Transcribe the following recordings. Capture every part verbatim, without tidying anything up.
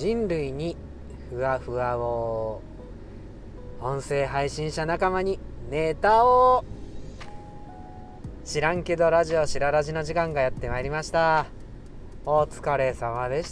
人類にふわふわを、音声配信者仲間にネタを、知らんけどラジオしらラジの時間がやってまいりました。お疲れ様でした。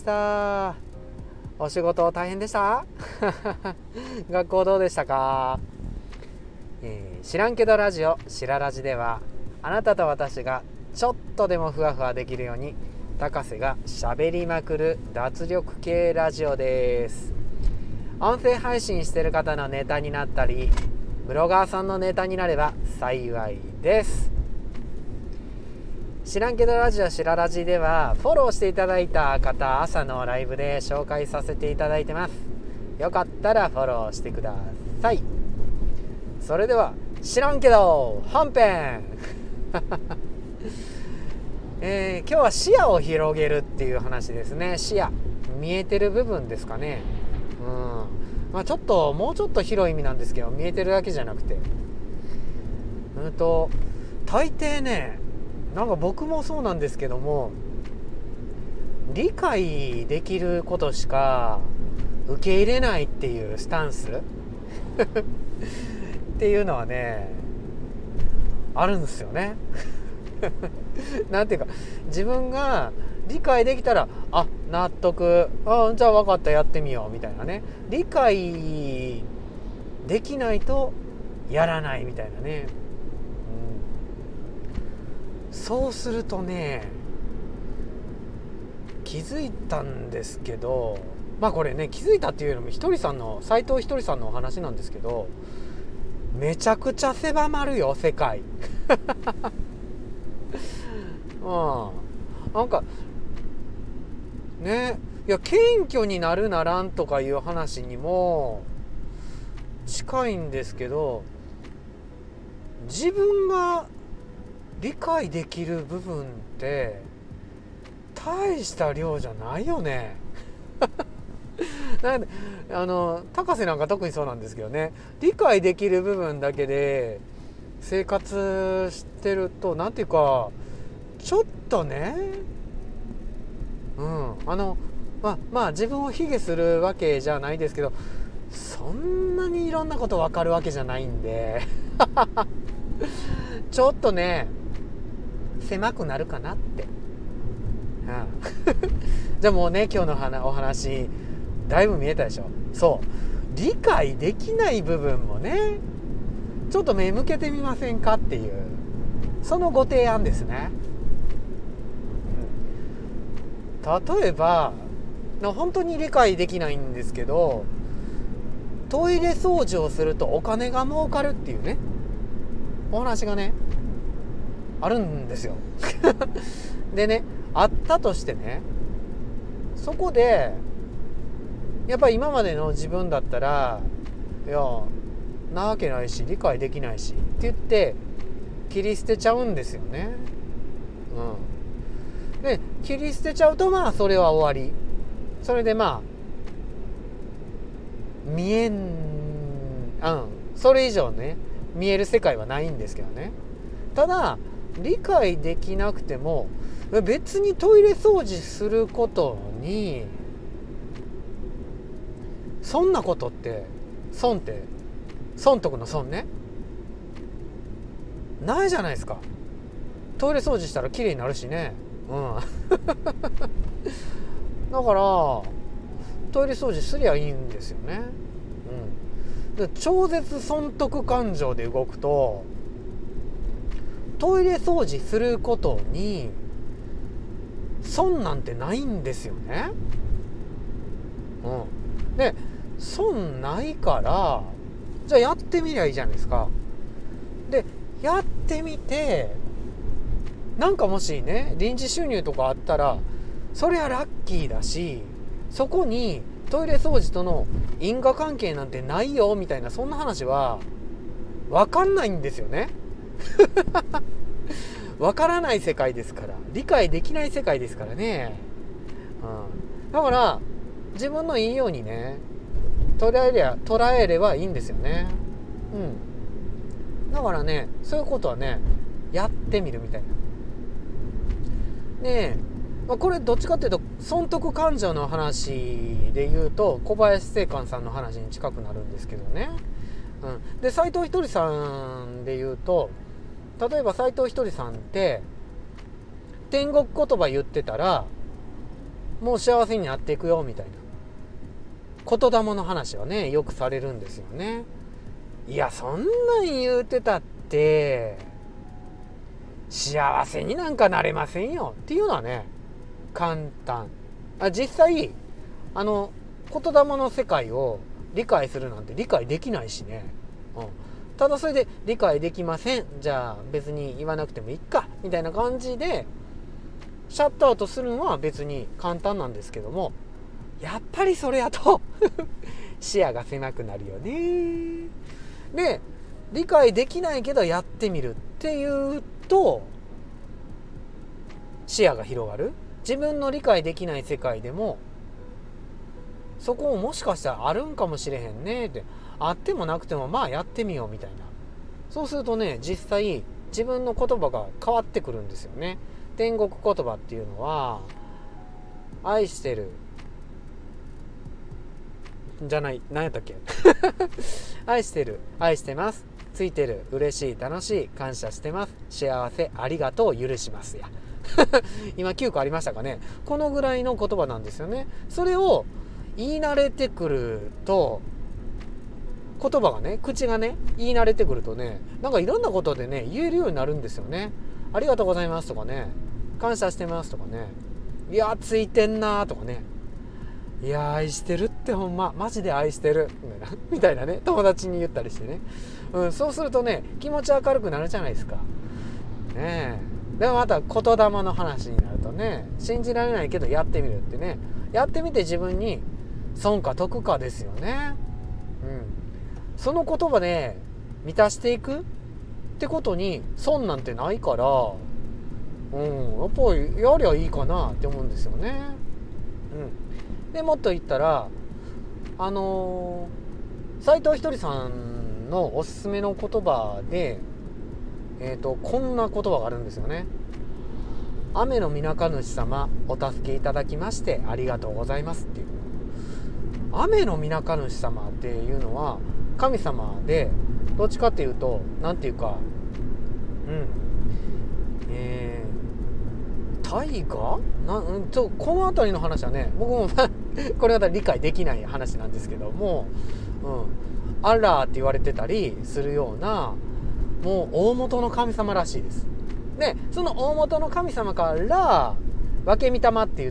お仕事大変でした学校どうでしたか？えー、知らんけどラジオしらラジでは、あなたと私がちょっとでもふわふわできるように高瀬がしゃべりまくる脱力系ラジオです。音声配信してる方のネタになったり、ブロガーさんのネタになれば幸いです。知らんけどラジオしらラジでは、フォローしていただいた方、朝のライブで紹介させていただいてます。よかったらフォローしてください。それでは知らんけど本編えー、今日は視野を広げるっていう話ですね。視野、見えてる部分ですかね。うん、まあちょっともうちょっと広い意味なんですけど、見えてるだけじゃなくて、うんと大抵ね、なんか僕もそうなんですけども、理解できることしか受け入れないっていうスタンスっていうのはね、あるんですよねなんていうか、自分が理解できたら、あ、納得、あ、じゃあ分かった、やってみようみたいなね。理解できないとやらないみたいなね、うん、そうするとね、気づいたんですけど、まあこれね、気づいたっていうよりもひとりさんの斉藤ひとりさんのお話なんですけど、めちゃくちゃ狭まるよ世界うん、なんかね、いや、謙虚になるならんとかいう話にも近いんですけど、自分が理解できる部分って大した量じゃないよねなんで、あの高瀬なんか特にそうなんですけどね、理解できる部分だけで生活してると、なんていうか、ちょっとね、うん、あのまあまあ自分を卑下するわけじゃないですけど、そんなにいろんなこと分かるわけじゃないんでちょっとね、狭くなるかなって、うん、じゃあもうね、今日のお話だいぶ見えたでしょ。そう、理解できない部分もね、ちょっと目向けてみませんかっていう、そのご提案ですね。例えば、本当に理解できないんですけど、トイレ掃除をするとお金が儲かるっていうね、お話がね、あるんですよでね、あったとしてね、そこでやっぱり今までの自分だったら、いや、なわけないし、理解できないしって言って切り捨てちゃうんですよね。うん。で、切り捨てちゃうと、まあそれは終わり。それでまあ見えん、うん、それ以上ね、見える世界はないんですけどね。ただ理解できなくても、別にトイレ掃除することにそんなことって、損って損得の損ね、ないじゃないですか。トイレ掃除したら綺麗になるしね、うんだからトイレ掃除すりゃいいんですよね、うん、で超絶損得感情で動くと、トイレ掃除することに損なんてないんですよね、うん、で損ないから、じゃあやってみりゃいいじゃないですか。でやってみて、なんかもしね、臨時収入とかあったらそれはラッキーだし、そこにトイレ掃除との因果関係なんてないよみたいな、そんな話は分かんないんですよね分からない世界ですから、理解できない世界ですからね、うん、だから自分のいいようにね、捉えれば捉えればいいんですよね、うん、だからね、そういうことはね、やってみるみたいな。で、 まあ、これどっちかっていうと損得感情の話で言うと小林正観さんの話に近くなるんですけどね、うん、で斉藤ひとりさんで言うと、例えば斉藤ひとりさんって天国言葉言ってたらもう幸せになっていくよみたいな言霊の話はねよくされるんですよね。いやそんなん言うてたって幸せになんかなれませんよっていうのはね簡単。あ実際あの言霊の世界を理解するなんて理解できないしね、うん、ただそれで理解できませんじゃあ別に言わなくてもいいかみたいな感じでシャットアウトするのは別に簡単なんですけども、やっぱりそれやと視野が狭くなるよね。で理解できないけどやってみるっていうと視野が広がる。自分の理解できない世界でもそこももしかしたらあるんかもしれへんねって、あってもなくてもまあやってみようみたいな。そうするとね実際自分の言葉が変わってくるんですよね。天国言葉っていうのは愛してるじゃない、何やったっけ愛してる、愛してます、ついてる、嬉しい、楽しい、感謝してます、幸せ、ありがとう、許しますや今きゅうこありましたかね。このぐらいの言葉なんですよね。それを言い慣れてくると、言葉がね口がね言い慣れてくるとね、なんかいろんなことでね言えるようになるんですよね。ありがとうございますとかね、感謝してますとかね、いやついてんなとかね、いや愛してるってほんまマジで愛してるみたいなみたいなね友達に言ったりしてね、うん、そうするとね気持ち明るくなるじゃないですかね。えでもまた言霊の話になるとね、信じられないけどやってみるってね、やってみて自分に損か得かですよね。うん、その言葉で満たしていくってことに損なんてないから、うん、やっぱりやりゃいいかなって思うんですよね。うん、でもっと言ったらあのー、斉藤ひとりさんのおすすめの言葉で、えーと、こんな言葉があるんですよね。雨の皆か主様お助けいただきましてありがとうございますっていう。雨の皆か主様っていうのは神様で、どっちかっていうとなんていうか、うんえー、大河な、うん、ちょこの辺りの話はね僕もこれは理解できない話なんですけども、うん、アッラーって言われてたりするようなもう大元の神様らしいです。でその大元の神様から分け御霊って言って、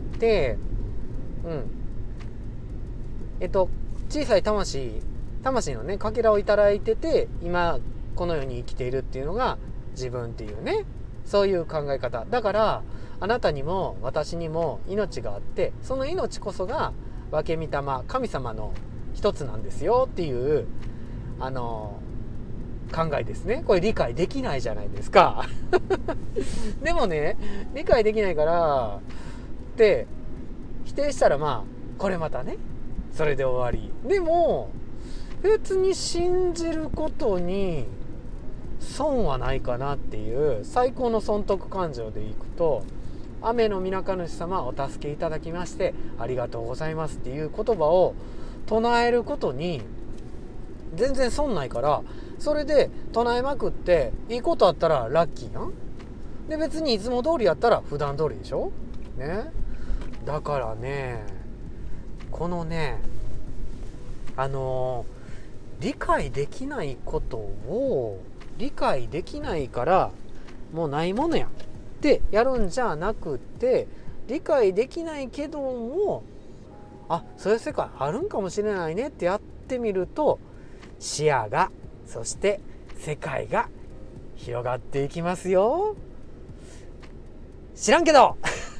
うんえっと小さい魂魂のねかけらをいただいてて今この世に生きているっていうのが自分っていうね、そういう考え方だから、あなたにも私にも命があって、その命こそが分け御霊神様の一つなんですよっていうあの考えですね。これ理解できないじゃないですかでもね理解できないからって否定したらまあこれまたねそれで終わり。でも別に信じることに損はないかなっていう最高の損得感情でいくと、雨の皆か主様お助けいただきましてありがとうございますっていう言葉を唱えることに全然損ないから、それで唱えまくっていいことあったらラッキーやん。で別にいつも通りやったら普段通りでしょね。だからねこのねあのー、理解できないことを理解できないからもうないものやってやるんじゃなくて、理解できないけどもあそういう世界あるんかもしれないねってやってみると視野がそして世界が広がっていきますよ。知らんけど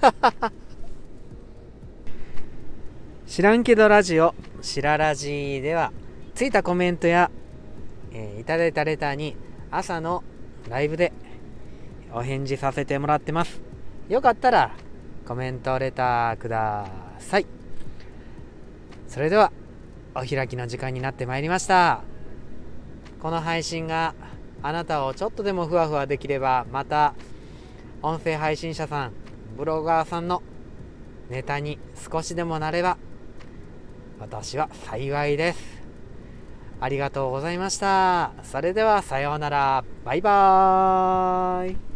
知らんけどラジオしらラジではついたコメントや、えー、いただいたレターに朝のライブでお返事させてもらってます。よかったらコメントレターください。それではお開きの時間になってまいりました。この配信があなたをちょっとでもふわふわできれば、また音声配信者さんブロガーさんのネタに少しでもなれば私は幸いです。ありがとうございました。それではさようなら。バイバーイ。